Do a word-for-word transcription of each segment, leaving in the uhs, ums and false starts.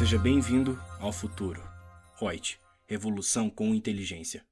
Seja bem-vindo ao futuro. Reut, revolução com inteligência.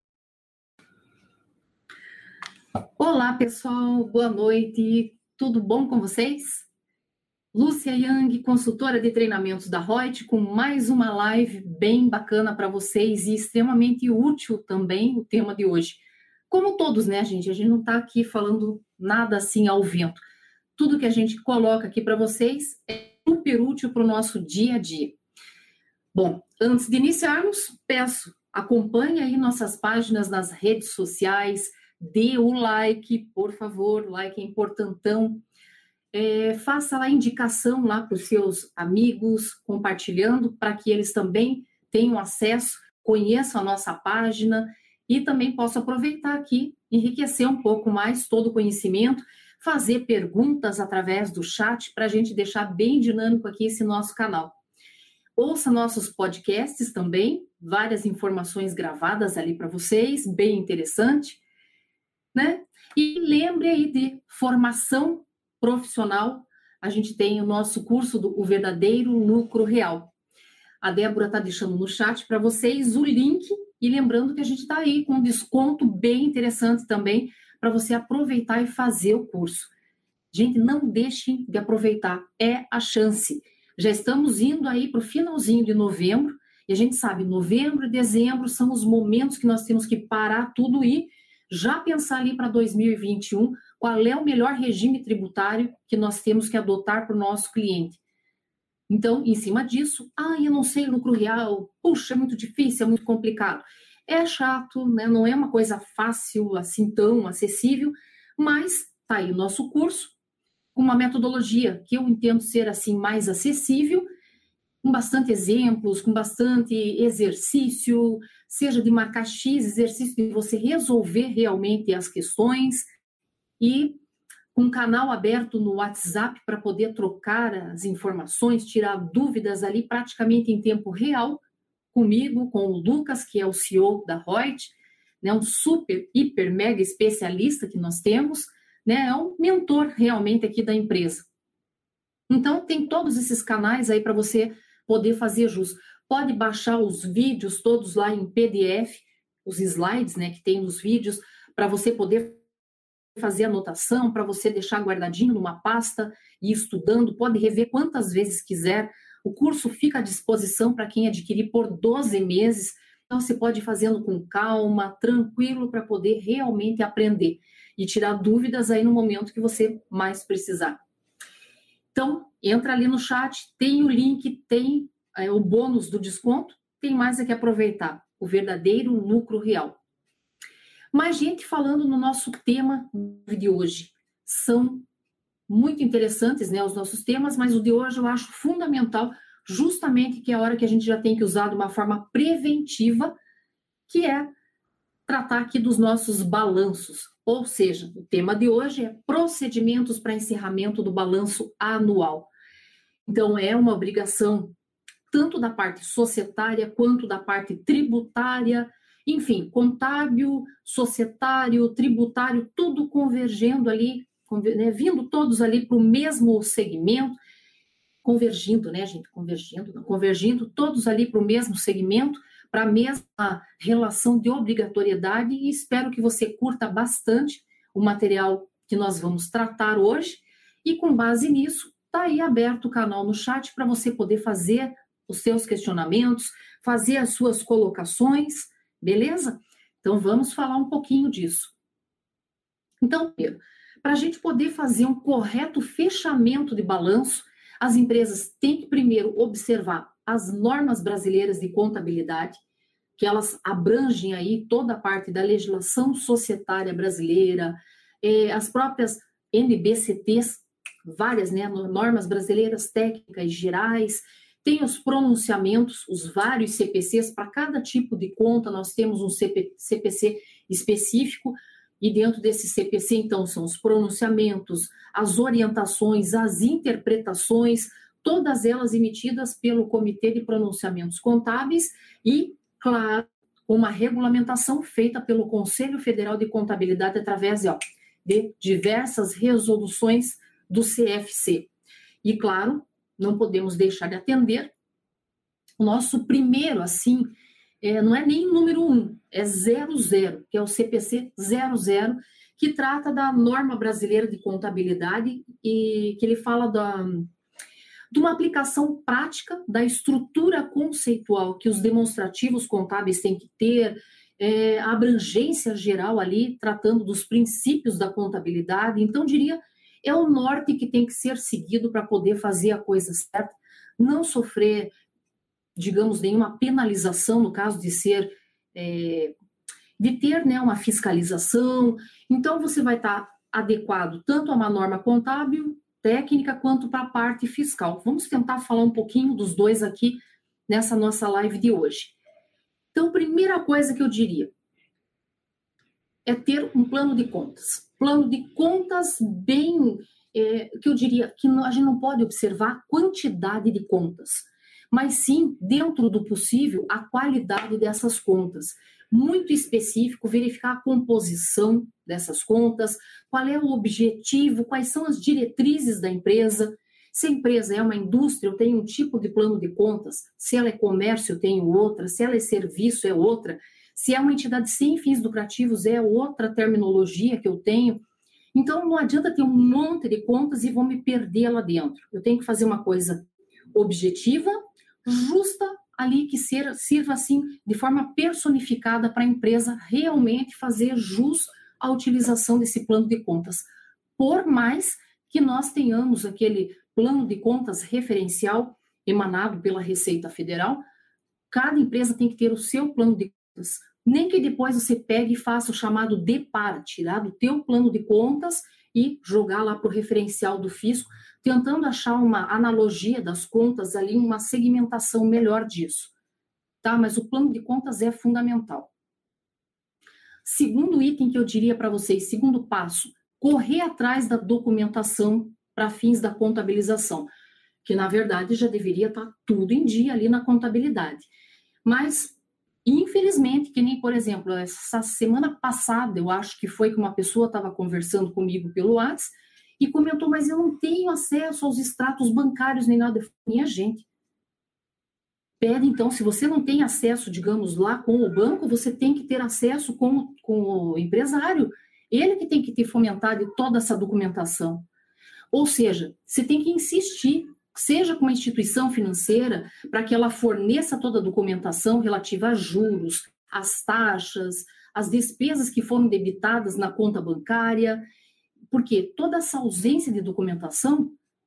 Olá, pessoal. Boa noite. Tudo bom com vocês? Lúcia Yang, consultora de treinamentos da Reut, com mais uma live bem bacana para vocês e extremamente útil também o tema de hoje. Como todos, né, gente? A gente não está aqui falando nada assim ao vento. Tudo que a gente coloca aqui para vocês é super útil para o nosso dia a dia. Bom, antes de iniciarmos, peço, acompanhe aí nossas páginas nas redes sociais, dê o like, por favor, like é importantão. É, faça lá a indicação lá para os seus amigos, compartilhando, para que eles também tenham acesso, conheçam a nossa página e também possam aproveitar aqui, enriquecer um pouco mais todo o conhecimento, fazer perguntas através do chat, para a gente deixar bem dinâmico aqui esse nosso canal. Ouça nossos podcasts também, várias informações gravadas ali para vocês, bem interessante, né? E lembre aí de formação profissional, a gente tem o nosso curso do O Verdadeiro Lucro Real. A Débora está deixando no chat para vocês o link e lembrando que a gente está aí com um desconto bem interessante também para você aproveitar e fazer o curso. Gente, não deixem de aproveitar, é a chance. Já estamos indo aí para o finalzinho de novembro e a gente sabe, novembro e dezembro são os momentos que nós temos que parar tudo e já pensar ali para dois mil e vinte e um qual é o melhor regime tributário que nós temos que adotar para o nosso cliente. Então, em cima disso, ah, eu não sei lucro real, puxa, é muito difícil, é muito complicado. É chato, né? Não é uma coisa fácil, assim, tão acessível, mas tá aí o nosso curso, com uma metodologia que eu entendo ser, assim, mais acessível, com bastante exemplos, com bastante exercício, seja de marcar X, exercício de você resolver realmente as questões, e com um canal aberto no WhatsApp para poder trocar as informações, tirar dúvidas ali praticamente em tempo real, comigo, com o Lucas, que é o C E O da Reut, né, um super, hiper, mega especialista que nós temos, né, é um mentor realmente aqui da empresa. Então, tem todos esses canais aí para você poder fazer jus. Pode baixar os vídeos todos lá em P D F, os slides, né, que tem nos vídeos, para você poder fazer anotação, para você deixar guardadinho numa pasta e ir estudando, pode rever quantas vezes quiser. O curso fica à disposição para quem adquirir por doze meses, então você pode ir fazendo com calma, tranquilo, para poder realmente aprender e tirar dúvidas aí no momento que você mais precisar. Então, entra ali no chat, tem o link, tem é, o bônus do desconto, tem mais é que aproveitar, o verdadeiro lucro real. Mas, gente, falando no nosso tema de hoje, são muito interessantes, né, os nossos temas, mas o de hoje eu acho fundamental, justamente que é a hora que a gente já tem que usar de uma forma preventiva, que é tratar aqui dos nossos balanços. Ou seja, o tema de hoje é procedimentos para encerramento do balanço anual. Então, é uma obrigação tanto da parte societária quanto da parte tributária, enfim, contábil, societário, tributário, tudo convergendo ali, né, vindo todos ali para o mesmo segmento, convergindo, né, gente, convergindo, não, convergindo todos ali para o mesmo segmento, para a mesma relação de obrigatoriedade, e espero que você curta bastante o material que nós vamos tratar hoje, e com base nisso, está aí aberto o canal no chat para você poder fazer os seus questionamentos, fazer as suas colocações, beleza? Então, vamos falar um pouquinho disso. Então, para a gente poder fazer um correto fechamento de balanço, as empresas têm que primeiro observar as normas brasileiras de contabilidade, que elas abrangem aí toda a parte da legislação societária brasileira, eh, as próprias N B C Ts, várias, né, normas brasileiras técnicas gerais, tem os pronunciamentos, os vários C P Cs, para cada tipo de conta nós temos um C P C específico, e dentro desse C P C, então, são os pronunciamentos, as orientações, as interpretações, todas elas emitidas pelo Comitê de Pronunciamentos Contábeis e, claro, uma regulamentação feita pelo Conselho Federal de Contabilidade através ó, de diversas resoluções do C F C. E, claro, não podemos deixar de atender o nosso primeiro, assim, é, não é nem número um, é zero zero, que é o C P C zero zero, que trata da norma brasileira de contabilidade e que ele fala da, de uma aplicação prática da estrutura conceitual que os demonstrativos contábeis têm que ter, é, a abrangência geral ali, tratando dos princípios da contabilidade. Então, diria, é o norte que tem que ser seguido para poder fazer a coisa certa, não sofrer, digamos, nenhuma penalização no caso de ser, é, de ter, né, uma fiscalização. Então, você vai estar adequado tanto a uma norma contábil, técnica, quanto para a parte fiscal. Vamos tentar falar um pouquinho dos dois aqui nessa nossa live de hoje. Então, primeira coisa que eu diria é ter um plano de contas. Plano de contas bem, é, que eu diria que a gente não pode observar a quantidade de contas, mas sim, dentro do possível, a qualidade dessas contas. Muito específico, verificar a composição dessas contas, qual é o objetivo, quais são as diretrizes da empresa. Se a empresa é uma indústria, eu tenho um tipo de plano de contas. Se ela é comércio, eu tenho outra. Se ela é serviço, é outra. Se é uma entidade sem fins lucrativos, é outra terminologia que eu tenho. Então, não adianta ter um monte de contas e vou me perder lá dentro. Eu tenho que fazer uma coisa objetiva, justa, ali que ser, sirva assim de forma personificada para a empresa realmente fazer jus à utilização desse plano de contas. Por mais que nós tenhamos aquele plano de contas referencial emanado pela Receita Federal, cada empresa tem que ter o seu plano de contas. Nem que depois você pegue e faça o chamado D P A R, tirar do teu plano de contas e jogar lá para o referencial do fisco, tentando achar uma analogia das contas ali, uma segmentação melhor disso, tá? Mas o plano de contas é fundamental. Segundo item que eu diria para vocês, segundo passo, correr atrás da documentação para fins da contabilização, que na verdade já deveria estar tudo em dia ali na contabilidade. Mas, infelizmente, que nem, por exemplo, essa semana passada, eu acho que foi que uma pessoa estava conversando comigo pelo WhatsApp, e comentou, mas eu não tenho acesso aos extratos bancários nem nada. Eu falei, minha gente, pede então, se você não tem acesso, digamos, lá com o banco, você tem que ter acesso com, com o empresário. Ele que tem que ter fomentado toda essa documentação. Ou seja, você tem que insistir, seja com uma instituição financeira, para que ela forneça toda a documentação relativa a juros, as taxas, as despesas que foram debitadas na conta bancária, porque toda essa ausência de documentação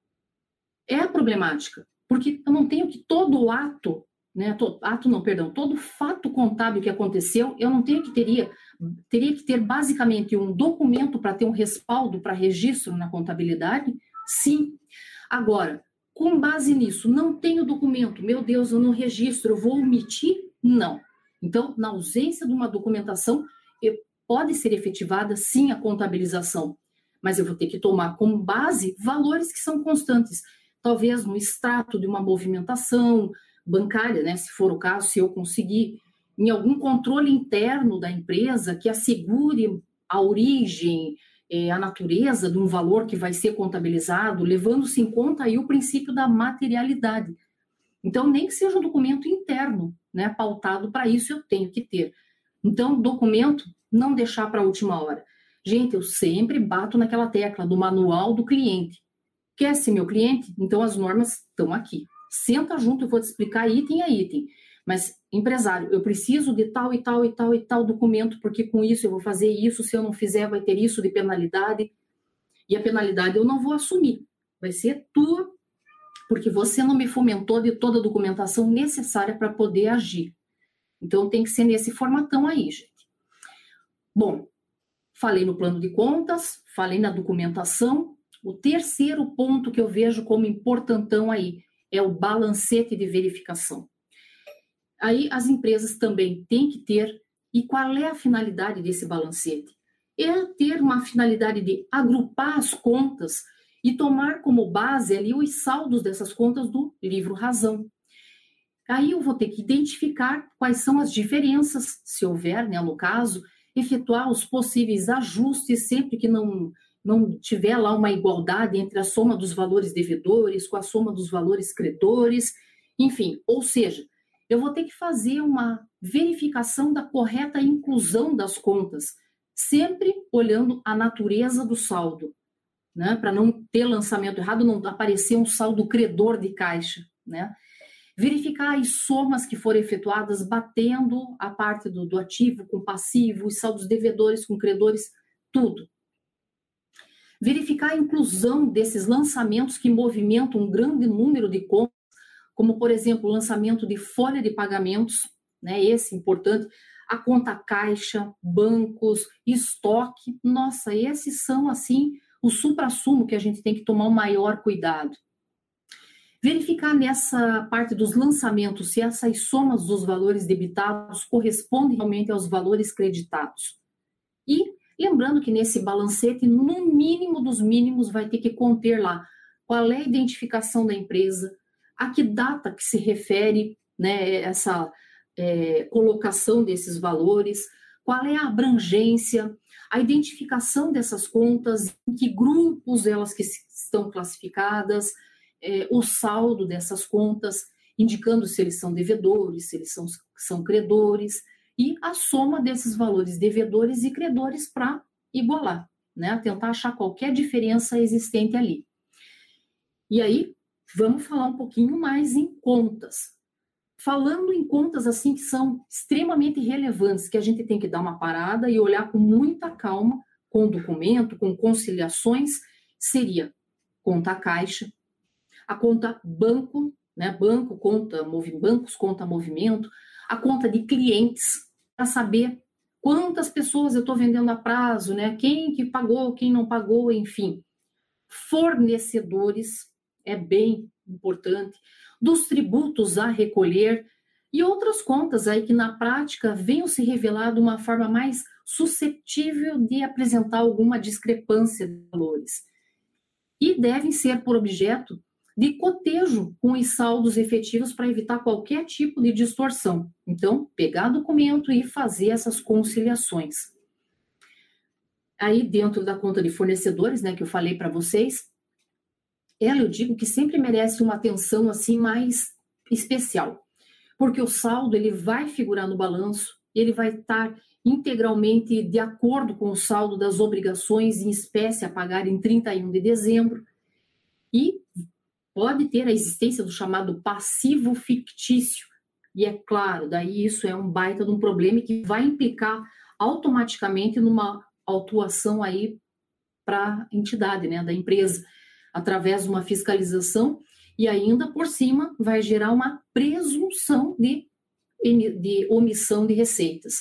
é problemática, porque eu não tenho que todo o ato, né, todo, ato não, perdão, todo fato contábil que aconteceu, eu não tenho que teria, teria que ter basicamente um documento para ter um respaldo para registro na contabilidade? Sim. Agora, com base nisso, não tenho documento, meu Deus, eu não registro, eu vou omitir? Não. Então, na ausência de uma documentação, pode ser efetivada sim a contabilização, mas eu vou ter que tomar como base valores que são constantes, talvez no extrato de uma movimentação bancária, né, se for o caso, se eu conseguir, em algum controle interno da empresa que assegure a origem, eh, a natureza de um valor que vai ser contabilizado, levando-se em conta aí o princípio da materialidade. Então, nem que seja um documento interno, né, pautado para isso, eu tenho que ter. Então, documento, não deixar para a última hora. Gente, eu sempre bato naquela tecla do manual do cliente. Quer ser meu cliente? Então as normas estão aqui. Senta junto, eu vou te explicar item a item. Mas, empresário, eu preciso de tal e tal e tal e tal documento, porque com isso eu vou fazer isso, se eu não fizer vai ter isso de penalidade. E a penalidade eu não vou assumir. Vai ser tua, porque você não me fomentou de toda a documentação necessária para poder agir. Então tem que ser nesse formatão aí, gente. Bom, falei no plano de contas, falei na documentação. O terceiro ponto que eu vejo como importantão aí é o balancete de verificação. Aí as empresas também têm que ter, e qual é a finalidade desse balancete? É ter uma finalidade de agrupar as contas e tomar como base ali os saldos dessas contas do livro razão. Aí eu vou ter que identificar quais são as diferenças, se houver, né, no caso, efetuar os possíveis ajustes sempre que não, não tiver lá uma igualdade entre a soma dos valores devedores com a soma dos valores credores, enfim, ou seja, eu vou ter que fazer uma verificação da correta inclusão das contas, sempre olhando a natureza do saldo, né? Para não ter lançamento errado, não aparecer um saldo credor de caixa, né? Verificar as somas que foram efetuadas batendo a parte do, do ativo com passivo, os saldos devedores com credores, tudo. Verificar a inclusão desses lançamentos que movimentam um grande número de contas, como, por exemplo, o lançamento de folha de pagamentos, né, esse é importante, a conta caixa, bancos, estoque. Nossa, esses são, assim, o suprassumo que a gente tem que tomar o maior cuidado. Verificar nessa parte dos lançamentos se essas somas dos valores debitados correspondem realmente aos valores creditados. E lembrando que nesse balancete, no mínimo dos mínimos, vai ter que conter lá qual é a identificação da empresa, a que data que se refere, né, essa é, colocação desses valores, qual é a abrangência, a identificação dessas contas, em que grupos elas que estão classificadas, É, o saldo dessas contas, indicando se eles são devedores, se eles são, são credores, e a soma desses valores devedores e credores para igualar, né? Tentar achar qualquer diferença existente ali. E aí, vamos falar um pouquinho mais em contas. Falando em contas assim que são extremamente relevantes, que a gente tem que dar uma parada e olhar com muita calma, com documento, com conciliações, seria conta caixa, a conta banco, né, banco, conta, bancos, conta movimento, a conta de clientes, para saber quantas pessoas eu estou vendendo a prazo, né, quem que pagou, quem não pagou, enfim. Fornecedores, é bem importante, dos tributos a recolher e outras contas aí que na prática venham se revelar de uma forma mais suscetível de apresentar alguma discrepância de valores. E devem ser por objeto de cotejo com os saldos efetivos para evitar qualquer tipo de distorção. Então, pegar documento e fazer essas conciliações. Aí, dentro da conta de fornecedores, né, que eu falei para vocês, ela, eu digo que sempre merece uma atenção assim mais especial, porque o saldo ele vai figurar no balanço, ele vai estar integralmente de acordo com o saldo das obrigações em espécie a pagar em trinta e um de dezembro, e pode ter a existência do chamado passivo fictício. E é claro, daí isso é um baita de um problema que vai implicar automaticamente numa autuação aí para a entidade, né, da empresa, através de uma fiscalização, e ainda por cima vai gerar uma presunção de, de omissão de receitas.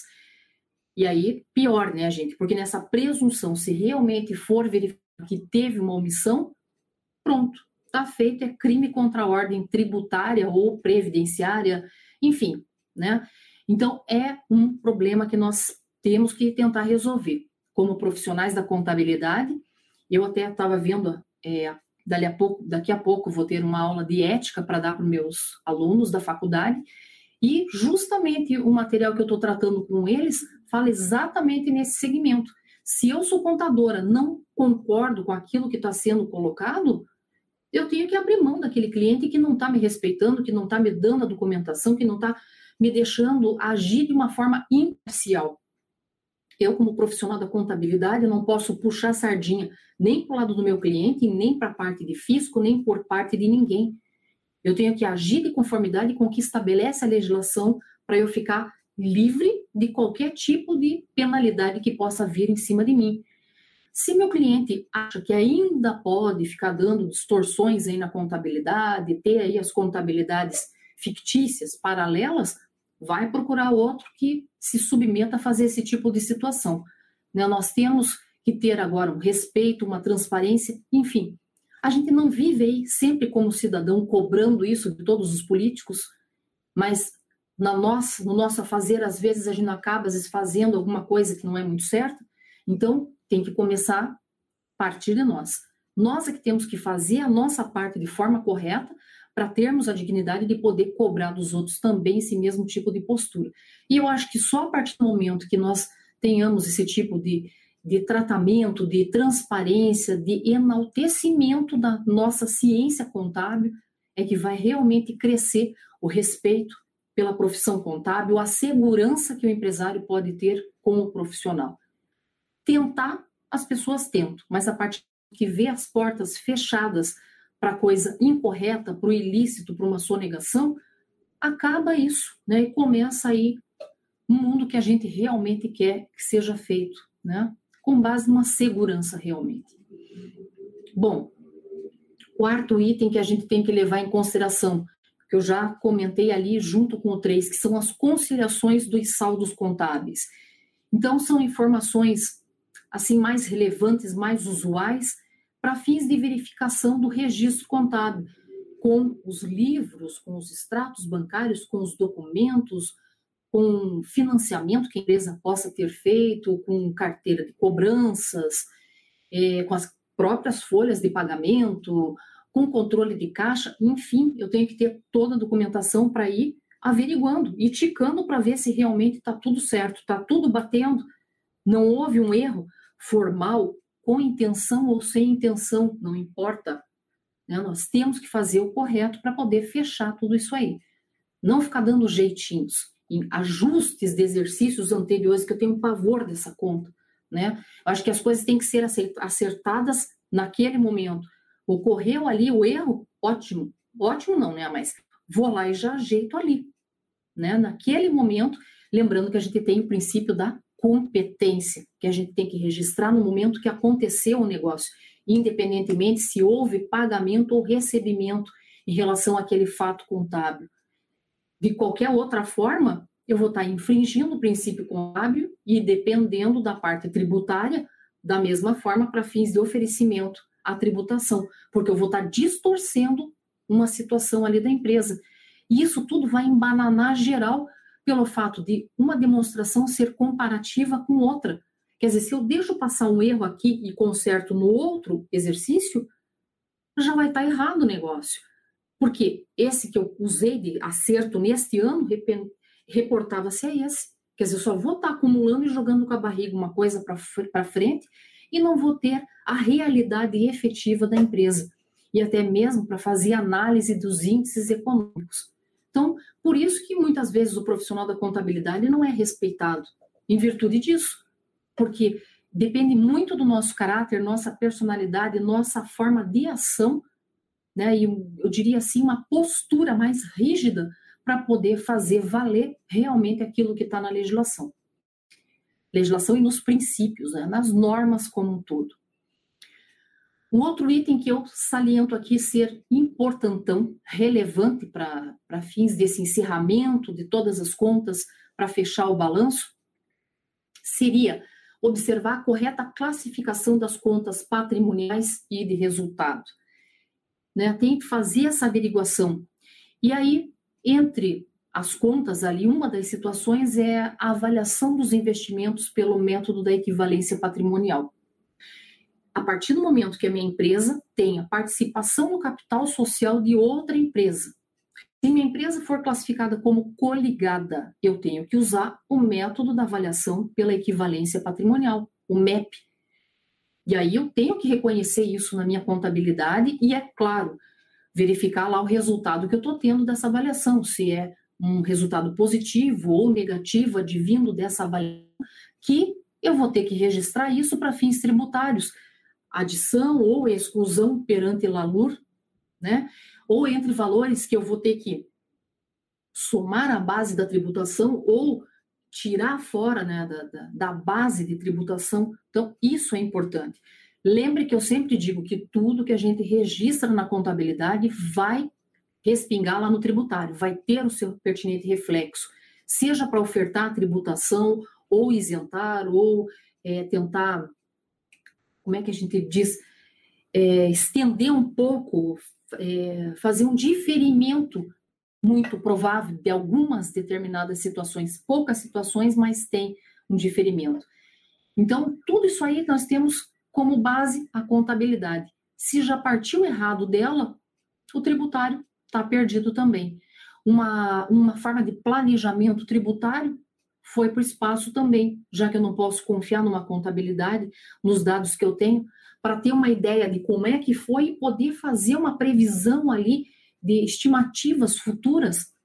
E aí, pior, né, gente? Porque nessa presunção, se realmente for verificar que teve uma omissão, pronto. Está feito, é crime contra a ordem tributária ou previdenciária, enfim, né? Então, é um problema que nós temos que tentar resolver. Como profissionais da contabilidade, eu até estava vendo, é, dali a pouco, daqui a pouco vou ter uma aula de ética para dar para os meus alunos da faculdade, e justamente o material que eu estou tratando com eles fala exatamente nesse segmento. Se eu sou contadora, não concordo com aquilo que está sendo colocado, eu tenho que abrir mão daquele cliente que não está me respeitando, que não está me dando a documentação, que não está me deixando agir de uma forma imparcial. Eu, como profissional da contabilidade, não posso puxar a sardinha nem para o lado do meu cliente, nem para a parte de fisco, nem por parte de ninguém. Eu tenho que agir de conformidade com o que estabelece a legislação para eu ficar livre de qualquer tipo de penalidade que possa vir em cima de mim. Se meu cliente acha que ainda pode ficar dando distorções aí na contabilidade, ter aí as contabilidades fictícias, paralelas, vai procurar outro que se submeta a fazer esse tipo de situação. Né? Nós temos que ter agora um respeito, uma transparência, enfim. A gente não vive aí sempre como cidadão cobrando isso de todos os políticos, mas na nossa, no nosso fazer, às vezes a gente acaba às vezes, fazendo alguma coisa que não é muito certa, então tem que começar a partir de nós. Nós é que temos que fazer a nossa parte de forma correta para termos a dignidade de poder cobrar dos outros também esse mesmo tipo de postura. E eu acho que só a partir do momento que nós tenhamos esse tipo de, de tratamento, de transparência, de enaltecimento da nossa ciência contábil, é que vai realmente crescer o respeito pela profissão contábil, a segurança que o empresário pode ter com o profissional. Tentar, as pessoas tentam, mas a partir que vê as portas fechadas para a coisa incorreta, para o ilícito, para uma sonegação, acaba isso, né? E começa aí um mundo que a gente realmente quer que seja feito, né? Com base numa segurança realmente. Bom, quarto item que a gente tem que levar em consideração, que eu já comentei ali junto com o três, que são as conciliações dos saldos contábeis. Então, são informações assim mais relevantes, mais usuais, para fins de verificação do registro contábil, com os livros, com os extratos bancários, com os documentos, com financiamento que a empresa possa ter feito, com carteira de cobranças, é, com as próprias folhas de pagamento, com controle de caixa, enfim, eu tenho que ter toda a documentação para ir averiguando e ticando para ver se realmente está tudo certo, está tudo batendo, não houve um erro formal, com intenção ou sem intenção, não importa. Né? Nós temos que fazer o correto para poder fechar tudo isso aí. Não ficar dando jeitinhos, em ajustes de exercícios anteriores, que eu tenho pavor dessa conta. Né? Eu acho que as coisas têm que ser acertadas naquele momento. Ocorreu ali o erro, ótimo. Ótimo não, né? Mas vou lá e já ajeito ali. Né? Naquele momento, lembrando que a gente tem o princípio da competência, que a gente tem que registrar no momento que aconteceu o negócio, independentemente se houve pagamento ou recebimento em relação àquele fato contábil. De qualquer outra forma, eu vou estar infringindo o princípio contábil e, dependendo da parte tributária, da mesma forma para fins de oferecimento à tributação, porque eu vou estar distorcendo uma situação ali da empresa. E isso tudo vai embananar geral pelo fato de uma demonstração ser comparativa com outra. Quer dizer, se eu deixo passar um erro aqui e conserto no outro exercício, já vai estar errado o negócio. Porque esse que eu usei de acerto neste ano, reportava-se a esse. Quer dizer, eu só vou estar acumulando e jogando com a barriga uma coisa para frente e não vou ter a realidade efetiva da empresa. E até mesmo para fazer análise dos índices econômicos. Então, por isso que muitas vezes o profissional da contabilidade não é respeitado, em virtude disso. Porque depende muito do nosso caráter, nossa personalidade, nossa forma de ação, né? E eu diria assim, uma postura mais rígida para poder fazer valer realmente aquilo que está na legislação. Legislação e nos princípios, né? Nas normas como um todo. Um outro item que eu saliento aqui ser importantão, relevante para fins desse encerramento de todas as contas, para fechar o balanço, seria observar a correta classificação das contas patrimoniais e de resultado. Né? Tem que fazer essa averiguação. E aí, entre as contas ali, uma das situações é a avaliação dos investimentos pelo método da equivalência patrimonial. A partir do momento que a minha empresa tenha participação no capital social de outra empresa, se minha empresa for classificada como coligada, eu tenho que usar o método da avaliação pela equivalência patrimonial, o M E P. E aí eu tenho que reconhecer isso na minha contabilidade e, é claro, verificar lá o resultado que eu estou tendo dessa avaliação, se é um resultado positivo ou negativo advindo dessa avaliação, que eu vou ter que registrar isso para fins tributários, adição ou exclusão perante LALUR, né? Ou entre valores que eu vou ter que somar a base da tributação ou tirar fora, né, da, da, da base de tributação. Então, isso é importante. Lembre que eu sempre digo que tudo que a gente registra na contabilidade vai respingar lá no tributário, vai ter o seu pertinente reflexo, seja para ofertar a tributação, ou isentar, ou é, tentar... como é que a gente diz, é, estender um pouco, é, fazer um diferimento muito provável de algumas determinadas situações, poucas situações, mas tem um diferimento. Então, tudo isso aí nós temos como base a contabilidade. Se já partiu errado dela, o tributário está perdido também. Uma, uma forma de planejamento tributário foi para o espaço também, já que eu não posso confiar numa contabilidade, nos dados que eu tenho, para ter uma ideia de como é que foi e poder fazer uma previsão ali de estimativas futuras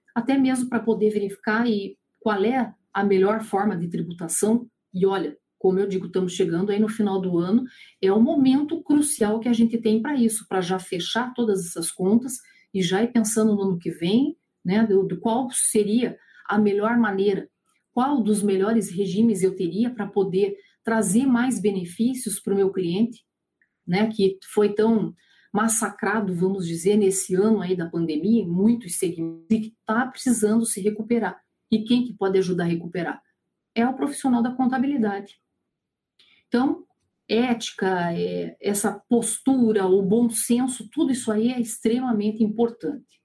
até mesmo para poder verificar e qual é a melhor forma de tributação. E olha, como eu digo, estamos chegando aí no final do ano, é o momento crucial que a gente tem para isso, para já fechar todas essas contas e já ir pensando no ano que vem, né, do, do qual seria a melhor maneira, qual dos melhores regimes eu teria para poder trazer mais benefícios para o meu cliente, né, que foi tão massacrado, vamos dizer, nesse ano aí da pandemia, em muitos segmentos, e que está precisando se recuperar. E quem que pode ajudar a recuperar? É o profissional da contabilidade. Então, ética, é, essa postura, o bom senso, tudo isso aí é extremamente importante.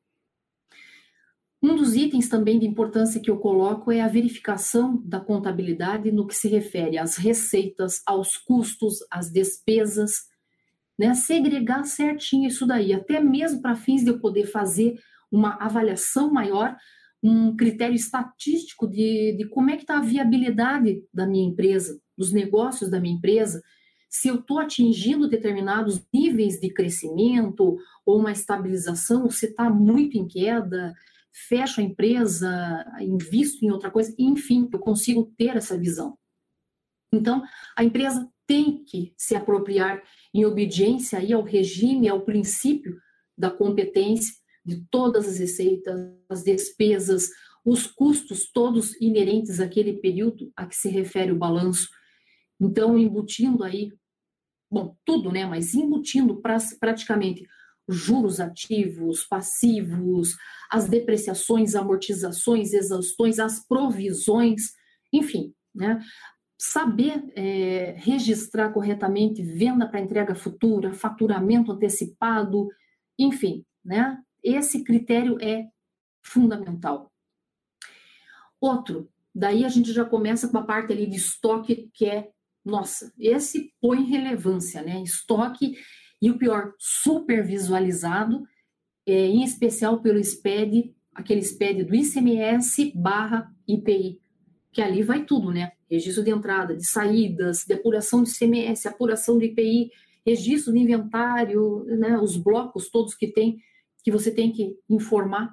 Um dos itens também de importância que eu coloco é a verificação da contabilidade no que se refere às receitas, aos custos, às despesas, né? Segregar certinho isso daí, até mesmo para fins de eu poder fazer uma avaliação maior, um critério estatístico de, de como é que está a viabilidade da minha empresa, dos negócios da minha empresa, se eu estou atingindo determinados níveis de crescimento ou uma estabilização, ou se está muito em queda, fecho a empresa, invisto em outra coisa, enfim, eu consigo ter essa visão. Então, a empresa tem que se apropriar em obediência aí ao regime, ao princípio da competência de todas as receitas, as despesas, os custos todos inerentes àquele período a que se refere o balanço. Então, embutindo aí, bom, tudo, né, mas embutindo pra, praticamente juros ativos, passivos, as depreciações, amortizações, exaustões, as provisões, enfim, né? Saber é, registrar corretamente venda para entrega futura, faturamento antecipado, enfim, né? Esse critério é fundamental. Outro, daí a gente já começa com a parte ali de estoque, que é, nossa, esse põe relevância, né? Estoque, e o pior, super visualizado, é, em especial pelo S P E D, aquele S P E D do I C M S barra I P I, que ali vai tudo, né? Registro de entrada, de saídas, de apuração de I C M S, apuração de I P I, registro de inventário, né? Os blocos todos que tem, que você tem que informar,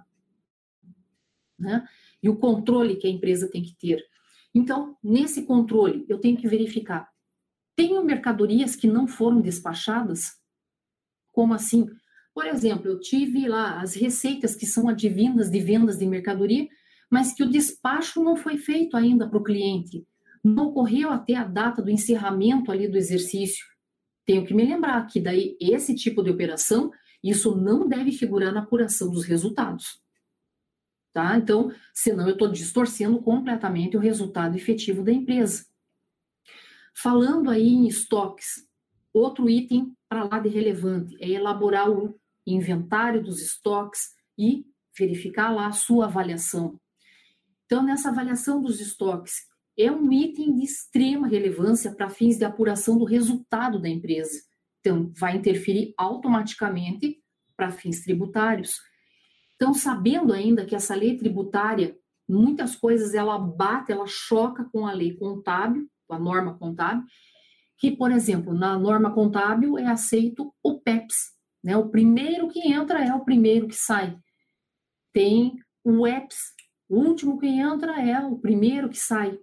né? E o controle que a empresa tem que ter. Então, nesse controle, eu tenho que verificar, tenho mercadorias que não foram despachadas? Como assim? Por exemplo, eu tive lá as receitas que são advindas de vendas de mercadoria, mas que o despacho não foi feito ainda para o cliente. Não ocorreu até a data do encerramento ali do exercício. Tenho que me lembrar que daí esse tipo de operação, isso não deve figurar na apuração dos resultados. Tá? Então, senão eu estou distorcendo completamente o resultado efetivo da empresa. Falando aí em estoques, outro item para lá de relevante é elaborar o inventário dos estoques e verificar lá a sua avaliação. Então, nessa avaliação dos estoques, é um item de extrema relevância para fins de apuração do resultado da empresa. Então, vai interferir automaticamente para fins tributários. Então, sabendo ainda que essa lei tributária, muitas coisas ela bate, ela choca com a lei contábil, com a norma contábil, que, por exemplo, na norma contábil é aceito o P E P S, né? O primeiro que entra é o primeiro que sai. Tem o E P S, o último que entra é o primeiro que sai.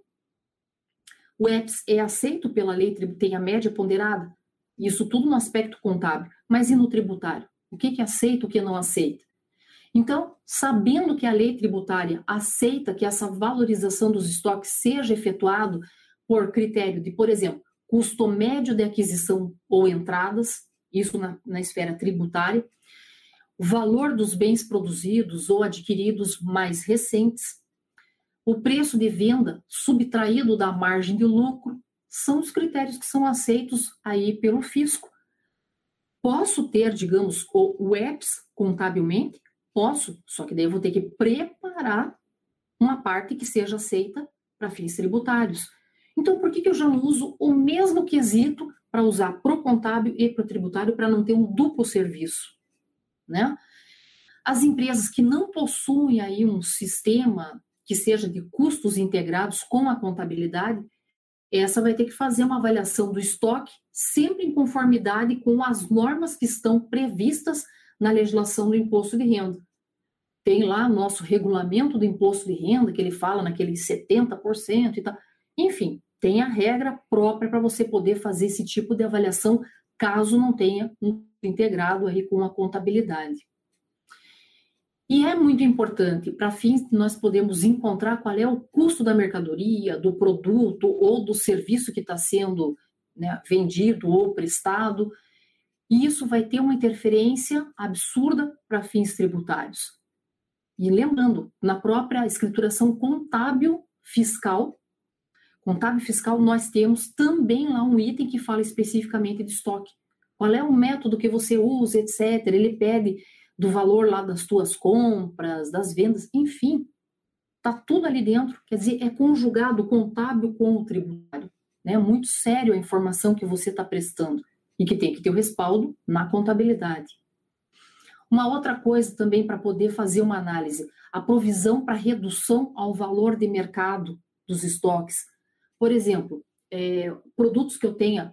O E P S é aceito pela lei tributária, tem a média ponderada, isso tudo no aspecto contábil, mas e no tributário? O que que aceita, o que não aceita? Então, sabendo que a lei tributária aceita que essa valorização dos estoques seja efetuado por critério de, por exemplo, custo médio de aquisição ou entradas, isso na, na esfera tributária, o valor dos bens produzidos ou adquiridos mais recentes, o preço de venda subtraído da margem de lucro, são os critérios que são aceitos aí pelo fisco. Posso ter, digamos, o E P S contabilmente? Posso, só que daí eu vou ter que preparar uma parte que seja aceita para fins tributários. Então, por que que eu já não uso o mesmo quesito para usar para o contábil e para o tributário para não ter um duplo serviço, né? As empresas que não possuem aí um sistema que seja de custos integrados com a contabilidade, essa vai ter que fazer uma avaliação do estoque sempre em conformidade com as normas que estão previstas na legislação do imposto de renda. tem lá nosso regulamento do imposto de renda, que ele fala naqueles setenta por cento e tal. Enfim, tem a regra própria para você poder fazer esse tipo de avaliação, caso não tenha um integrado aí com a contabilidade. E é muito importante, para fins que nós podemos encontrar qual é o custo da mercadoria, do produto ou do serviço que está sendo, né, vendido ou prestado, e isso vai ter uma interferência absurda para fins tributários. E lembrando, na própria escrituração contábil fiscal, contábil fiscal, nós temos também lá um item que fala especificamente de estoque. Qual é o método que você usa, etcétera. Ele pede do valor lá das tuas compras, das vendas, enfim, está tudo ali dentro. Quer dizer, é conjugado o contábil com o tributário. É, né? Muito sério a informação que você está prestando e que tem que ter o respaldo na contabilidade. Uma outra coisa também para poder fazer uma análise, a provisão para redução ao valor de mercado dos estoques. Por exemplo, é, produtos que eu tenha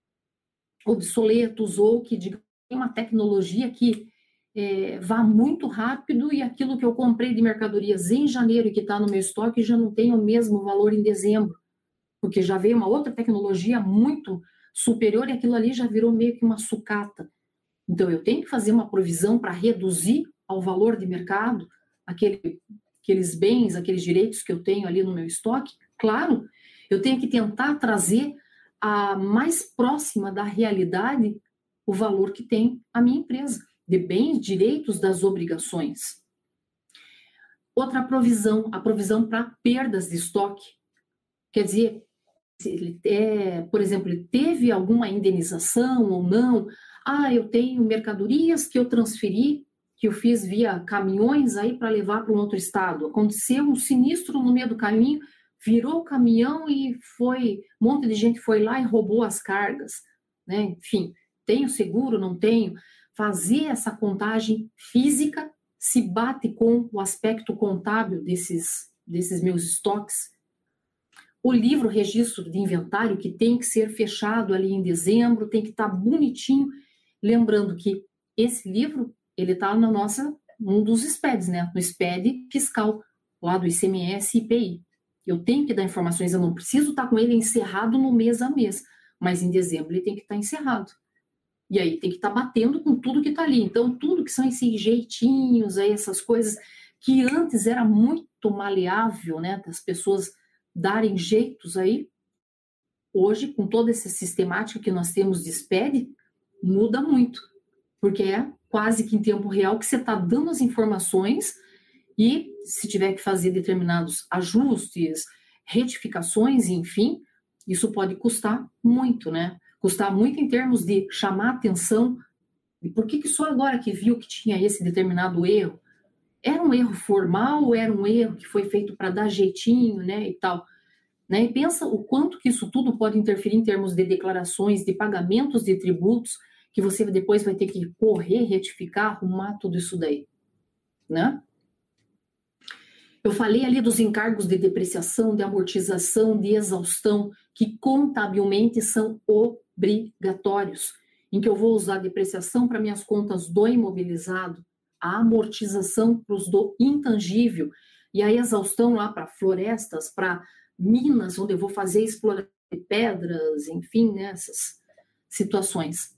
obsoletos ou que digamos, tem uma tecnologia que é, vá muito rápido e aquilo que eu comprei de mercadorias em janeiro e que está no meu estoque já não tem o mesmo valor em dezembro, porque já veio uma outra tecnologia muito superior e aquilo ali já virou meio que uma sucata. Então, eu tenho que fazer uma provisão para reduzir ao valor de mercado aquele, aqueles bens, aqueles direitos que eu tenho ali no meu estoque. Claro, eu tenho que tentar trazer a mais próxima da realidade o valor que tem a minha empresa, de bens, direitos, das obrigações. Outra provisão, a provisão para perdas de estoque. Quer dizer, se ele é, por exemplo, ele teve alguma indenização ou não. Ah, eu tenho mercadorias que eu transferi, que eu fiz via caminhões aí para levar para um outro estado. Aconteceu um sinistro no meio do caminho, virou o caminhão e foi, um monte de gente foi lá e roubou as cargas, né? Enfim, tenho seguro, não tenho? Fazer essa contagem física se bate com o aspecto contábil desses, desses meus estoques. O livro registro de inventário, que tem que ser fechado ali em dezembro, tem que estar bonitinho. Lembrando que esse livro, ele está na nossa, um dos S P E Ds, né? No S P E D fiscal, lá do I C M S e I P I. Eu tenho que dar informações, eu não preciso estar com ele encerrado no mês a mês, mas em dezembro ele tem que estar encerrado. E aí tem que estar batendo com tudo que está ali. Então, tudo que são esses jeitinhos, aí, essas coisas que antes era muito maleável, né? Das pessoas darem jeitos aí, hoje, com toda essa sistemática que nós temos de S P E D, muda muito, porque é quase que em tempo real que você está dando as informações e se tiver que fazer determinados ajustes, retificações, enfim, isso pode custar muito, né? Custar muito em termos de chamar atenção, e por que que só agora que viu que tinha esse determinado erro? Era um erro formal ou era um erro que foi feito para dar jeitinho, né, e tal? Né? E pensa o quanto que isso tudo pode interferir em termos de declarações, de pagamentos de tributos, que você depois vai ter que correr, retificar, arrumar tudo isso daí, né? Eu falei ali dos encargos de depreciação, de amortização, de exaustão, que contabilmente são obrigatórios, em que eu vou usar a depreciação para minhas contas do imobilizado, a amortização para os do intangível, e a exaustão lá para florestas, para minas, onde eu vou fazer exploração de pedras, enfim, nessas situações.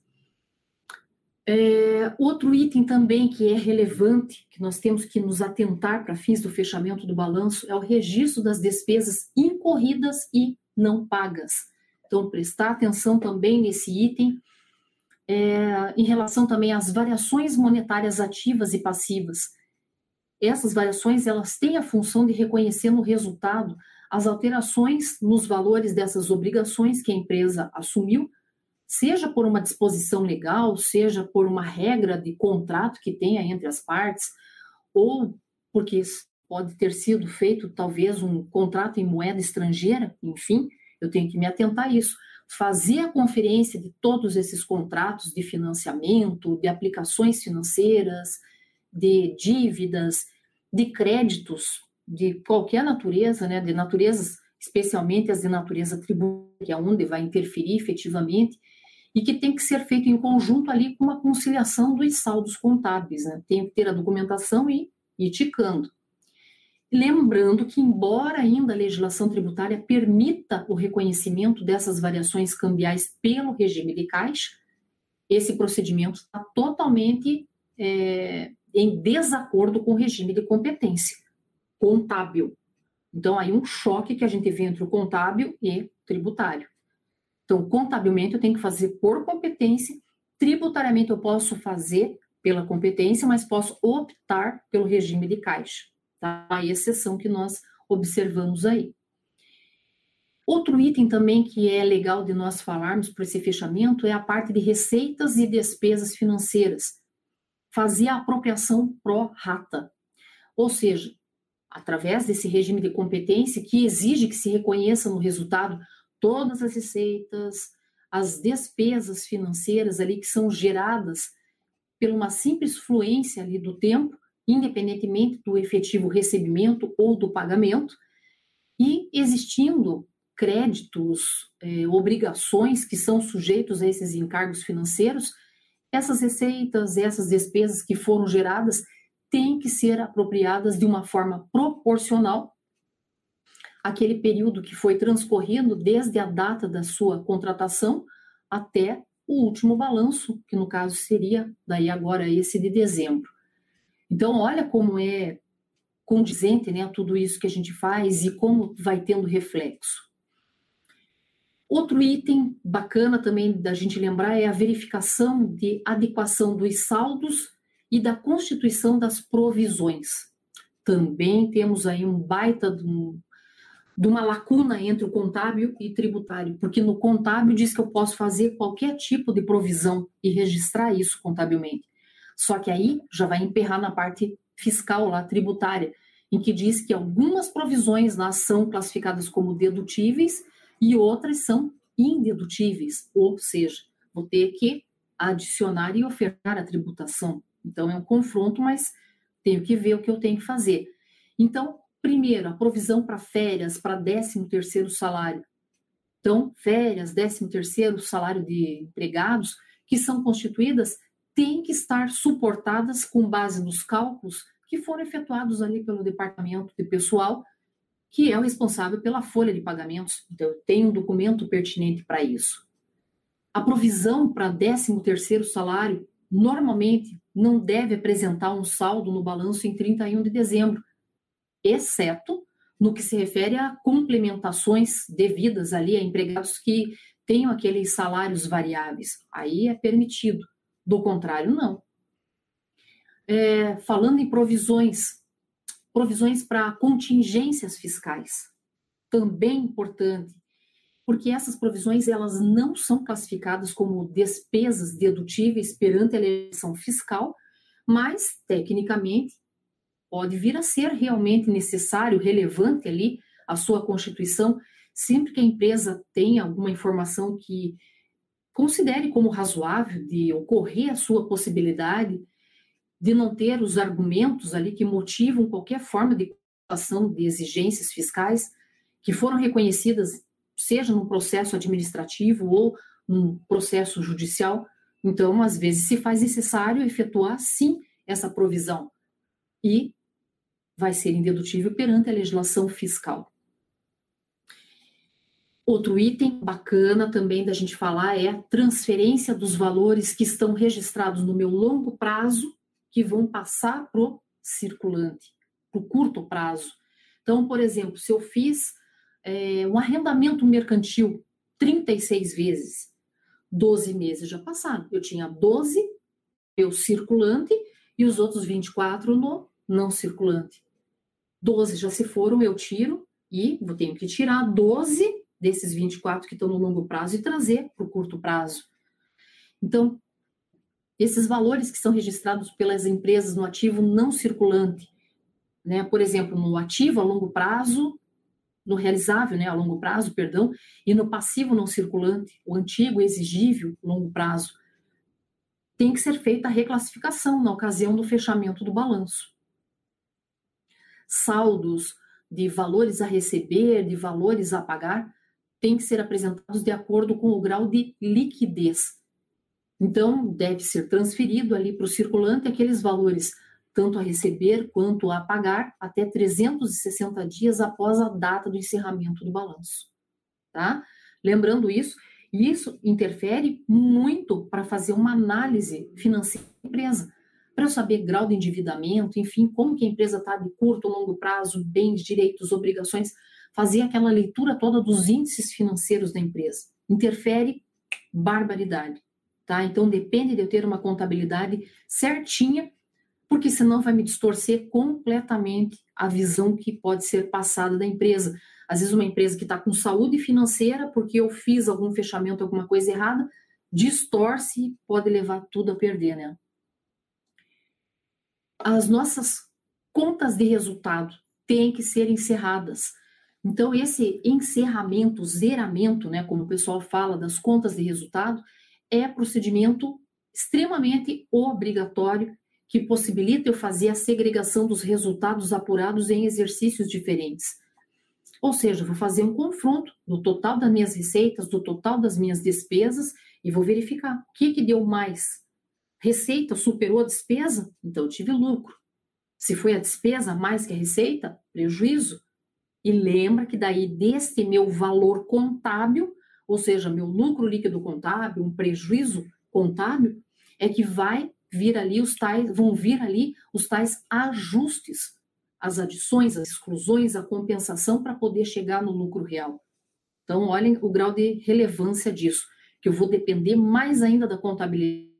É, outro item também que é relevante, que nós temos que nos atentar para fins do fechamento do balanço, é o registro das despesas incorridas e não pagas. Então, prestar atenção também nesse item, é, em relação também às variações monetárias ativas e passivas. Essas variações, elas têm a função de reconhecer no resultado as alterações nos valores dessas obrigações que a empresa assumiu, seja por uma disposição legal, seja por uma regra de contrato que tenha entre as partes, ou porque pode ter sido feito talvez um contrato em moeda estrangeira, enfim, eu tenho que me atentar a isso. Fazer a conferência de todos esses contratos de financiamento, de aplicações financeiras, de dívidas, de créditos, de qualquer natureza, né, de naturezas, especialmente as de natureza tributária, que é onde vai interferir efetivamente, e que tem que ser feito em conjunto ali com uma conciliação dos saldos contábeis, né? Tem que ter a documentação e ir ticando. Lembrando que, embora ainda a legislação tributária permita o reconhecimento dessas variações cambiais pelo regime de caixa, esse procedimento está totalmente é, em desacordo com o regime de competência contábil. Então, aí um choque que a gente vê entre o contábil e tributário. Então, contabilmente eu tenho que fazer por competência, tributariamente eu posso fazer pela competência, mas posso optar pelo regime de caixa. Tá? A exceção que nós observamos aí. Outro item também que é legal de nós falarmos para esse fechamento é a parte de receitas e despesas financeiras. Fazer a apropriação pró rata. Ou seja, através desse regime de competência que exige que se reconheça no resultado todas as receitas, as despesas financeiras ali que são geradas por uma simples fluência ali do tempo, independentemente do efetivo recebimento ou do pagamento, e existindo créditos, eh, obrigações que são sujeitos a esses encargos financeiros, essas receitas, essas despesas que foram geradas têm que ser apropriadas de uma forma proporcional àquele período que foi transcorrido desde a data da sua contratação até o último balanço, que no caso seria daí agora esse de dezembro. Então, olha como é condizente, né, tudo isso que a gente faz e como vai tendo reflexo. Outro item bacana também da gente lembrar é a verificação de adequação dos saldos e da constituição das provisões. Também temos aí um baita de, um, de uma lacuna entre o contábil e tributário, porque no contábil diz que eu posso fazer qualquer tipo de provisão e registrar isso contabilmente. Só que aí já vai emperrar na parte fiscal lá, tributária, em que diz que algumas provisões lá são classificadas como dedutíveis e outras são indedutíveis, ou seja, vou ter que adicionar e ofertar a tributação. Então, é um confronto, mas tenho que ver o que eu tenho que fazer. Então, primeiro, a provisão para férias, para décimo terceiro salário. Então, férias, décimo terceiro salário de empregados, que são constituídas, têm que estar suportadas com base nos cálculos que foram efetuados ali pelo departamento de pessoal, que é o responsável pela folha de pagamentos. Então, eu tenho um documento pertinente para isso. A provisão para décimo terceiro salário, normalmente, não deve apresentar um saldo no balanço em trinta e um de dezembro, exceto no que se refere a complementações devidas ali a empregados que tenham aqueles salários variáveis. Aí é permitido. Do contrário, não. É, falando em provisões, provisões para contingências fiscais, também importante, porque essas provisões elas não são classificadas como despesas dedutíveis perante a legislação fiscal, mas, tecnicamente, pode vir a ser realmente necessário, relevante ali a sua constituição, sempre que a empresa tenha alguma informação que considere como razoável de ocorrer a sua possibilidade de não ter os argumentos ali que motivam qualquer forma de ação de exigências fiscais que foram reconhecidas, seja num processo administrativo ou num processo judicial. Então, às vezes, se faz necessário efetuar, sim, essa provisão e vai ser indedutível perante a legislação fiscal. Outro item bacana também da gente falar é a transferência dos valores que estão registrados no meu longo prazo que vão passar para o circulante, para o curto prazo. Então, por exemplo, se eu fiz é, um arrendamento mercantil trinta e seis vezes, doze meses já passaram. Eu tinha doze, meu circulante, e os outros vinte e quatro no não circulante. doze já se foram, eu tiro, e eu tenho que tirar doze desses vinte e quatro que estão no longo prazo e trazer para o curto prazo. Então, esses valores que são registrados pelas empresas no ativo não circulante, né? Por exemplo, no ativo a longo prazo, no realizável, né, a longo prazo, perdão, e no passivo não circulante, o antigo exigível longo prazo, tem que ser feita a reclassificação na ocasião do fechamento do balanço. Saldos de valores a receber, de valores a pagar, têm que ser apresentados de acordo com o grau de liquidez. Então, deve ser transferido ali para o circulante aqueles valores tanto a receber quanto a pagar, até trezentos e sessenta dias após a data do encerramento do balanço, tá? Lembrando isso, isso interfere muito para fazer uma análise financeira da empresa, para eu saber grau de endividamento, enfim, como que a empresa está de curto, longo prazo, bens, direitos, obrigações, fazer aquela leitura toda dos índices financeiros da empresa. Interfere barbaridade, tá? Então depende de eu ter uma contabilidade certinha, porque senão vai me distorcer completamente a visão que pode ser passada da empresa. Às vezes uma empresa que está com saúde financeira, porque eu fiz algum fechamento, alguma coisa errada, distorce e pode levar tudo a perder, né? As nossas contas de resultado têm que ser encerradas. Então, esse encerramento, zeramento, né, como o pessoal fala, das contas de resultado, é procedimento extremamente obrigatório que possibilita eu fazer a segregação dos resultados apurados em exercícios diferentes. Ou seja, vou fazer um confronto do total das minhas receitas, do total das minhas despesas e vou verificar o que, que deu mais. Receita superou a despesa? Então eu tive lucro. Se foi a despesa mais que a receita, prejuízo. E lembra que daí deste meu valor contábil, ou seja, meu lucro líquido contábil, um prejuízo contábil, é que vai vir ali os tais, vão vir ali os tais ajustes, as adições, as exclusões, a compensação para poder chegar no lucro real. Então, olhem o grau de relevância disso, que eu vou depender mais ainda da contabilidade.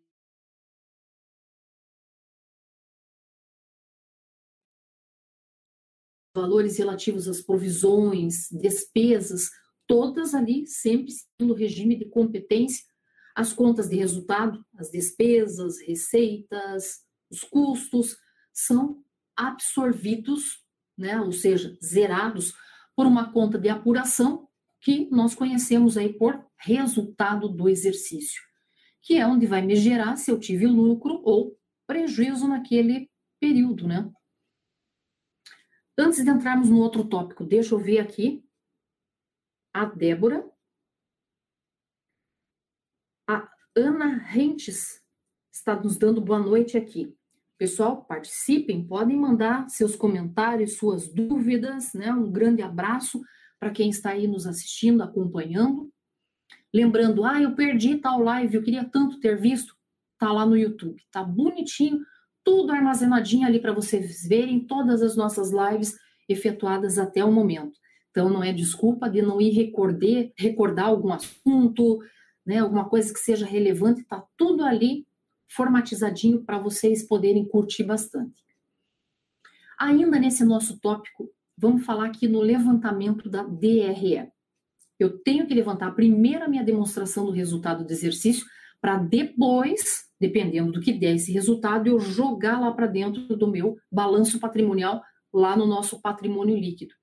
Valores relativos às provisões, despesas, todas ali sempre sendo regime de competência, as contas de resultado, as despesas, receitas, os custos, são absorvidos, né, ou seja, zerados por uma conta de apuração que nós conhecemos aí por resultado do exercício, que é onde vai me gerar se eu tive lucro ou prejuízo naquele período, né? Antes de entrarmos no outro tópico, deixa eu ver aqui a Débora. A Ana Rentes está nos dando boa noite aqui. Pessoal, participem, podem mandar seus comentários, suas dúvidas, né? Um grande abraço para quem está aí nos assistindo, acompanhando. Lembrando, ah, eu perdi tal live, eu queria tanto ter visto. Tá lá no YouTube, tá bonitinho, tudo armazenadinho ali para vocês verem todas as nossas lives efetuadas até o momento. Então, não é desculpa de não ir recordar, recordar algum assunto, né, alguma coisa que seja relevante, está tudo ali formatizadinho para vocês poderem curtir bastante. Ainda nesse nosso tópico, vamos falar aqui no levantamento da D R E. Eu tenho que levantar primeiro a minha demonstração do resultado do exercício para depois, dependendo do que der esse resultado, eu jogar lá para dentro do meu balanço patrimonial, lá no nosso patrimônio líquido.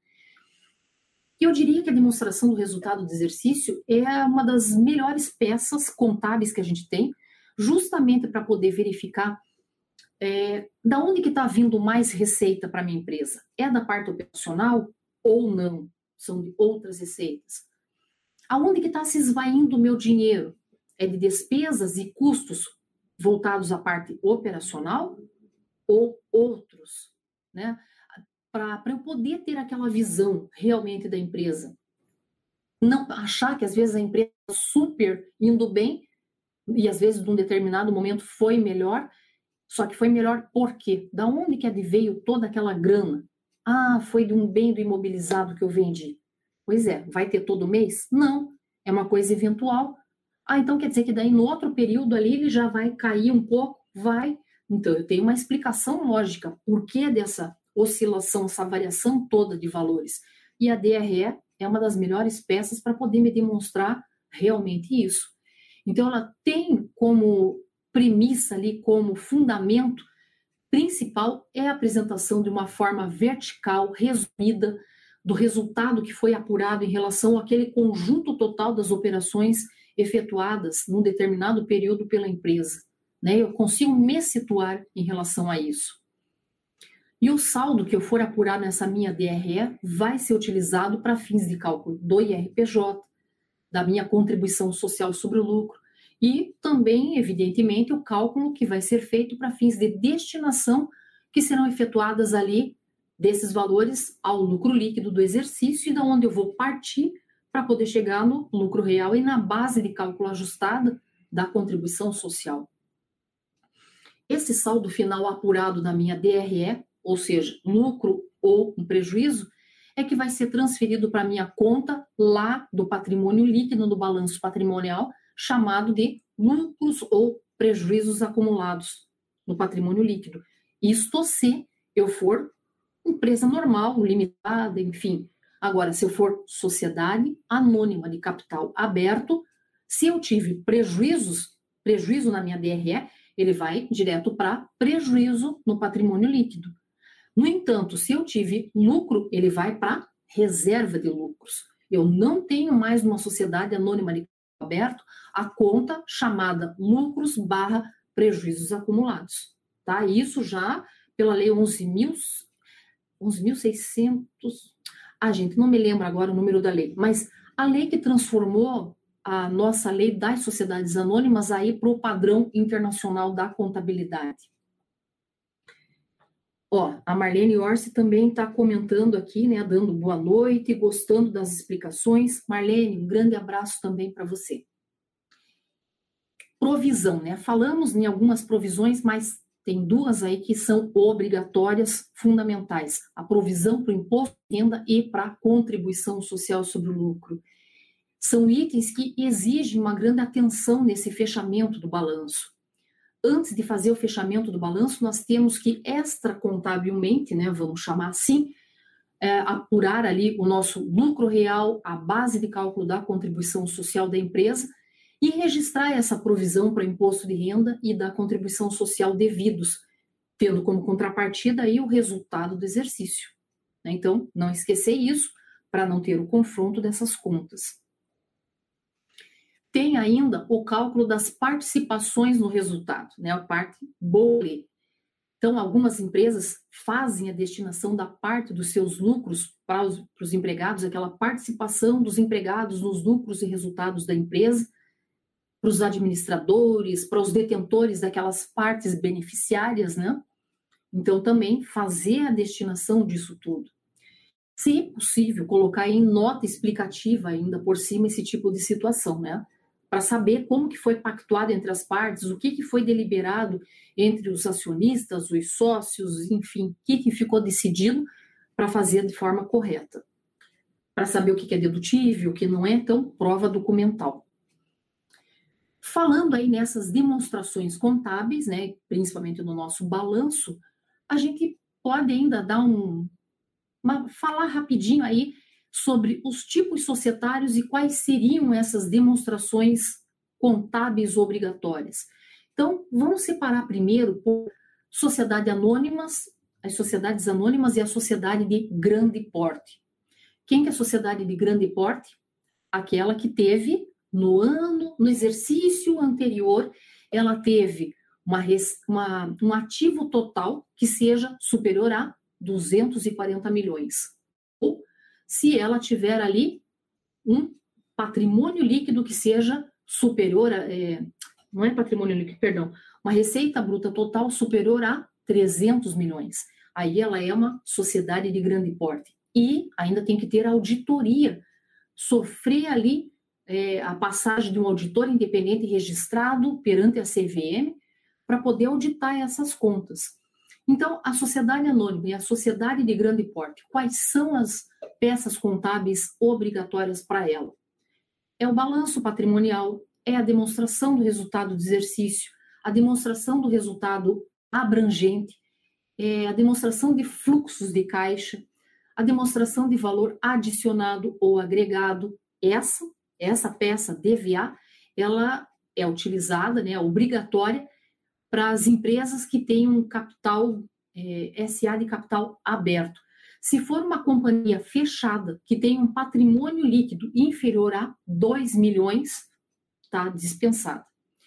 Eu diria que a demonstração do resultado do exercício é uma das melhores peças contábeis que a gente tem, justamente para poder verificar é, da onde que está vindo mais receita para a minha empresa. É da parte operacional ou não? São de outras receitas. Aonde que está se esvaindo o meu dinheiro? É de despesas e custos voltados à parte operacional ou outros, né? Para eu poder ter aquela visão realmente da empresa. Não achar que às vezes a empresa está super indo bem e às vezes num determinado momento foi melhor, só que foi melhor por quê? Da onde que veio toda aquela grana? Ah, foi de um bem do imobilizado que eu vendi. Pois é, vai ter todo mês? Não, é uma coisa eventual. Ah, então quer dizer que daí no outro período ali ele já vai cair um pouco? Vai. Então eu tenho uma explicação lógica por que dessa oscilação, essa variação toda de valores. E a D R E é uma das melhores peças para poder me demonstrar realmente isso. Então ela tem como premissa ali, como fundamento principal, é a apresentação de uma forma vertical, resumida, do resultado que foi apurado em relação àquele conjunto total das operações efetuadas num determinado período pela empresa. Né? Eu consigo me situar em relação a isso. E o saldo que eu for apurar nessa minha D R E vai ser utilizado para fins de cálculo do I R P J, da minha contribuição social sobre o lucro, e também, evidentemente, o cálculo que vai ser feito para fins de destinação que serão efetuadas ali desses valores ao lucro líquido do exercício e da onde eu vou partir para poder chegar no lucro real e na base de cálculo ajustada da contribuição social. Esse saldo final apurado da minha D R E, ou seja, lucro ou um prejuízo, é que vai ser transferido para a minha conta lá do patrimônio líquido no balanço patrimonial, chamado de lucros ou prejuízos acumulados no patrimônio líquido. Isto se eu for empresa normal, limitada, enfim. Agora, se eu for sociedade anônima de capital aberto, se eu tive prejuízos, prejuízo na minha D R E, ele vai direto para prejuízo no patrimônio líquido. No entanto, se eu tive lucro, ele vai para reserva de lucros. Eu não tenho mais numa sociedade anônima de capital aberto a conta chamada lucros barra prejuízos acumulados. Tá? Isso já pela lei onze mil e seiscentos... Ah, gente, não me lembro agora o número da lei, mas a lei que transformou a nossa lei das sociedades anônimas aí para o padrão internacional da contabilidade. Ó, a Marlene Orsi também está comentando aqui, né, dando boa noite, gostando das explicações. Marlene, um grande abraço também para você. Provisão, né? Falamos em algumas provisões, mas tem duas aí que são obrigatórias, fundamentais. A provisão para o imposto de renda e para a contribuição social sobre o lucro. São itens que exigem uma grande atenção nesse fechamento do balanço. Antes de fazer o fechamento do balanço, nós temos que extracontabilmente, né, vamos chamar assim, é, apurar ali o nosso lucro real, a base de cálculo da contribuição social da empresa e registrar essa provisão para imposto de renda e da contribuição social devidos, tendo como contrapartida aí o resultado do exercício. Então, não esquecer isso para não ter o confronto dessas contas. Tem ainda o cálculo das participações no resultado, né, a parte boa. Então, algumas empresas fazem a destinação da parte dos seus lucros para os, para os empregados, aquela participação dos empregados nos lucros e resultados da empresa, para os administradores, para os detentores daquelas partes beneficiárias, né? Então, também fazer a destinação disso tudo. Se possível, colocar em nota explicativa ainda por cima esse tipo de situação, né? Para saber como que foi pactuado entre as partes, o que, que foi deliberado entre os acionistas, os sócios, enfim, o que, que ficou decidido para fazer de forma correta. Para saber o que, que é dedutível, o que não é, então, prova documental. Falando aí nessas demonstrações contábeis, né, principalmente no nosso balanço, a gente pode ainda dar um, uma, falar rapidinho aí sobre os tipos societários e quais seriam essas demonstrações contábeis obrigatórias. Então, vamos separar primeiro por sociedade anônimas, as sociedades anônimas e a sociedade de grande porte. Quem que é a sociedade de grande porte? Aquela que teve no ano, no exercício anterior, ela teve uma, uma, um ativo total que seja superior a duzentos e quarenta milhões. Ou se ela tiver ali um patrimônio líquido que seja superior a, é, não é patrimônio líquido, perdão, uma receita bruta total superior a trezentos milhões. Aí ela é uma sociedade de grande porte. E ainda tem que ter auditoria, sofrer ali é, a passagem de um auditor independente registrado perante a C V M para poder auditar essas contas. Então, a sociedade anônima e a sociedade de grande porte, quais são as peças contábeis obrigatórias para ela? É o balanço patrimonial, é a demonstração do resultado do exercício, a demonstração do resultado abrangente, é a demonstração de fluxos de caixa, a demonstração de valor adicionado ou agregado. Essa, essa peça D V A, ela é utilizada, né, obrigatória, para as empresas que têm um capital, é, S A de capital aberto. Se for uma companhia fechada, que tem um patrimônio líquido inferior a dois milhões, está dispensada.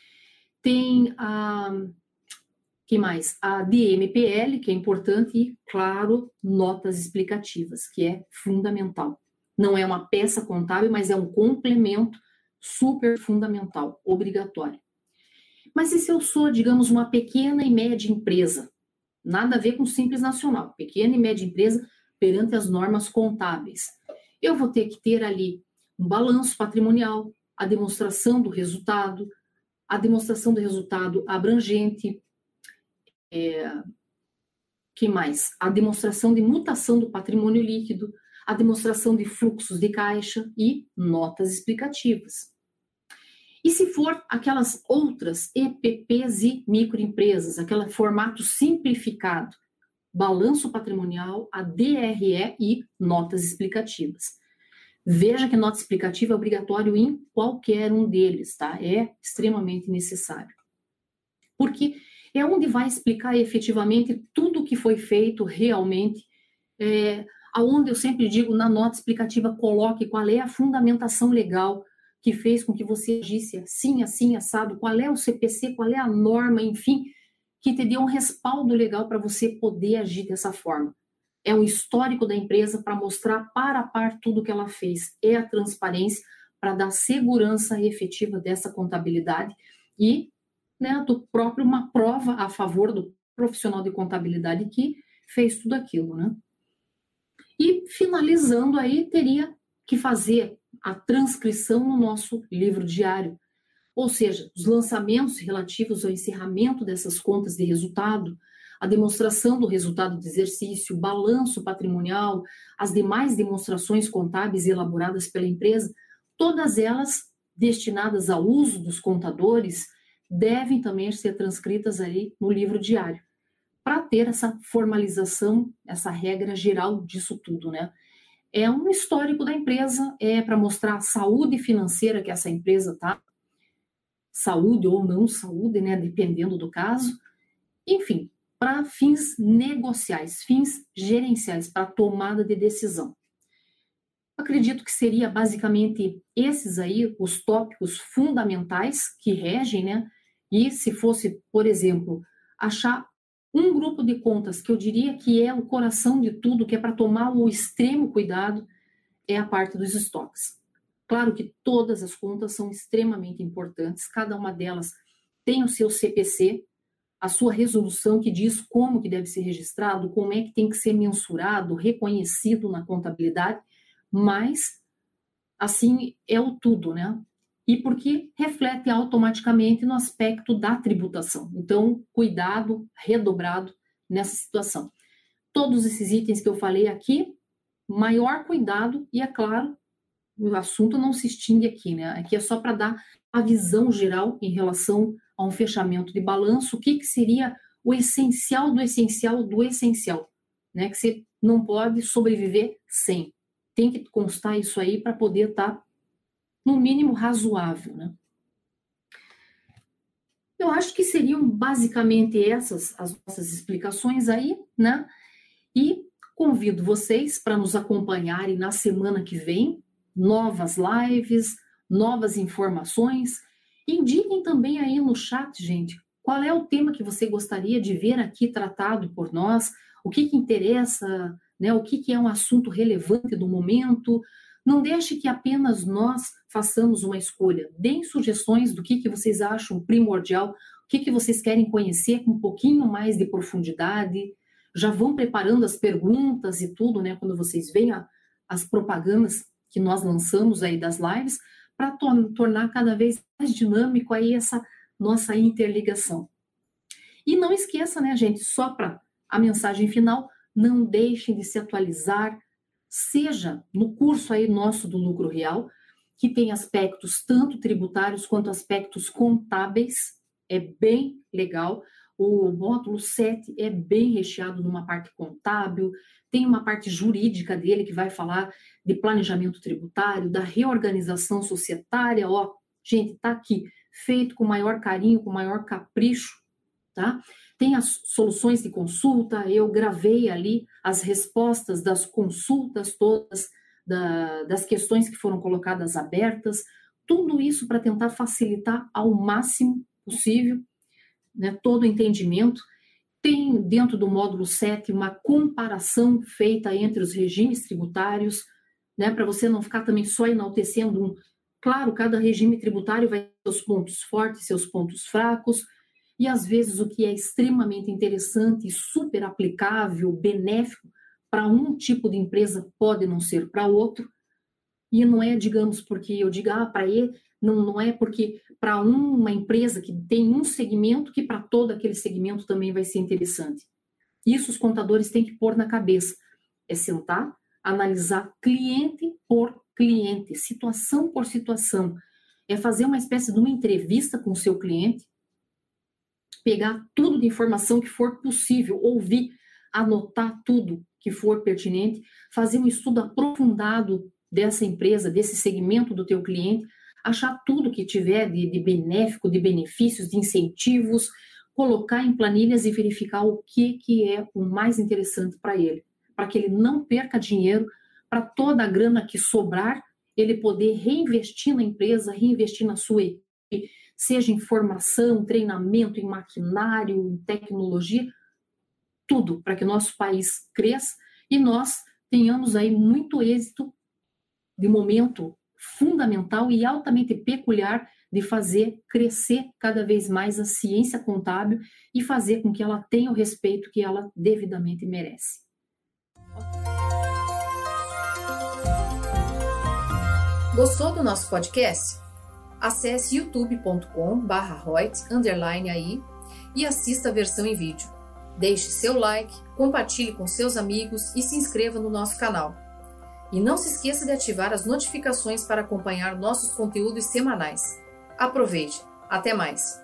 Tem a, que mais? A D M P L, que é importante, e, claro, notas explicativas, que é fundamental. Não é uma peça contábil, mas é um complemento super fundamental, obrigatório. Mas e se eu sou, digamos, uma pequena e média empresa? Nada a ver com Simples Nacional, pequena e média empresa perante as normas contábeis. Eu vou ter que ter ali um balanço patrimonial, a demonstração do resultado, a demonstração do resultado abrangente, é, que mais? A demonstração de mutação do patrimônio líquido, a demonstração de fluxos de caixa e notas explicativas. E se for aquelas outras E P Ps e microempresas, aquele formato simplificado, balanço patrimonial, a D R E e notas explicativas. Veja que nota explicativa é obrigatório em qualquer um deles, tá? É extremamente necessário. Porque é onde vai explicar efetivamente tudo o que foi feito realmente, é, aonde eu sempre digo, na nota explicativa, coloque qual é a fundamentação legal que fez com que você agisse assim, assim, assado, qual é o C P C, qual é a norma, enfim, que te dê um respaldo legal para você poder agir dessa forma. É o histórico da empresa para mostrar par a par tudo que ela fez. É a transparência para dar segurança efetiva dessa contabilidade e, né, do próprio uma prova a favor do profissional de contabilidade que fez tudo aquilo, né? E finalizando aí, teria que fazer a transcrição no nosso livro diário, ou seja, os lançamentos relativos ao encerramento dessas contas de resultado, a demonstração do resultado do exercício, o balanço patrimonial, as demais demonstrações contábeis elaboradas pela empresa, todas elas destinadas ao uso dos contadores, devem também ser transcritas ali no livro diário, para ter essa formalização, essa regra geral disso tudo, né? É um histórico da empresa, é para mostrar a saúde financeira que essa empresa está, saúde ou não saúde, né, dependendo do caso, enfim, para fins negociais, fins gerenciais, para tomada de decisão. Acredito que seria basicamente esses aí os tópicos fundamentais que regem, né? E se fosse, por exemplo, achar um grupo de contas que eu diria que é o coração de tudo, que é para tomar o extremo cuidado, é a parte dos estoques. Claro que todas as contas são extremamente importantes, cada uma delas tem o seu C P C, a sua resolução que diz como que deve ser registrado, como é que tem que ser mensurado, reconhecido na contabilidade, mas, assim, é o tudo, né? E porque reflete automaticamente no aspecto da tributação. Então, cuidado redobrado nessa situação. Todos esses itens que eu falei aqui, maior cuidado e, é claro, o assunto não se extingue aqui, né? Aqui é só para dar a visão geral em relação a um fechamento de balanço, o que, que seria o essencial do essencial do essencial, né? Que você não pode sobreviver sem. Tem que constar isso aí para poder estar, tá, no mínimo, razoável, né? Eu acho que seriam basicamente essas as nossas explicações aí, né? E convido vocês para nos acompanharem na semana que vem, novas lives, novas informações. Indiquem também aí no chat, gente, qual é o tema que você gostaria de ver aqui tratado por nós, o que que interessa, né, o que que é um assunto relevante do momento. Não deixe que apenas nós façamos uma escolha. Deem sugestões do que que vocês acham primordial, o que que vocês querem conhecer com um pouquinho mais de profundidade. Já vão preparando as perguntas e tudo, né, quando vocês veem a, as propagandas que nós lançamos aí das lives, para to- tornar cada vez mais dinâmico aí essa nossa interligação. E não esqueça, né, gente, só para a mensagem final, não deixem de se atualizar, seja no curso aí nosso do lucro real, que tem aspectos tanto tributários quanto aspectos contábeis, é bem legal. O módulo sete é bem recheado numa parte contábil, tem uma parte jurídica dele que vai falar de planejamento tributário, da reorganização societária, ó, gente, tá aqui, feito com maior carinho, com maior capricho, tá? Tem as soluções de consulta, eu gravei ali as respostas das consultas todas, da, das questões que foram colocadas abertas, tudo isso para tentar facilitar ao máximo possível, né, todo o entendimento. Tem dentro do módulo sete uma comparação feita entre os regimes tributários, né, para você não ficar também só enaltecendo um. Claro, cada regime tributário vai ter seus pontos fortes, seus pontos fracos, E às vezes o que é extremamente interessante e super aplicável, benéfico para um tipo de empresa pode não ser para outro. E não é, digamos, porque eu diga, ah, para ele, não, não é porque para uma empresa que tem um segmento que para todo aquele segmento também vai ser interessante. Isso os contadores têm que pôr na cabeça. É sentar, analisar cliente por cliente, situação por situação. É fazer uma espécie de uma entrevista com o seu cliente, pegar tudo de informação que for possível, ouvir, anotar tudo que for pertinente, fazer um estudo aprofundado dessa empresa, desse segmento do teu cliente, achar tudo que tiver de, de benéfico, de benefícios, de incentivos, colocar em planilhas e verificar o que, que é o mais interessante para ele, para que ele não perca dinheiro, para toda a grana que sobrar, ele poder reinvestir na empresa, reinvestir na sua equipe, seja em formação, treinamento, em maquinário, em tecnologia, tudo para que o nosso país cresça e nós tenhamos aí muito êxito de momento fundamental e altamente peculiar de fazer crescer cada vez mais a ciência contábil e fazer com que ela tenha o respeito que ela devidamente merece. Gostou do nosso podcast? Acesse youtube ponto com barra Reutz underline aí e assista a versão em vídeo. Deixe seu like, compartilhe com seus amigos e se inscreva no nosso canal. E não se esqueça de ativar as notificações para acompanhar nossos conteúdos semanais. Aproveite! Até mais!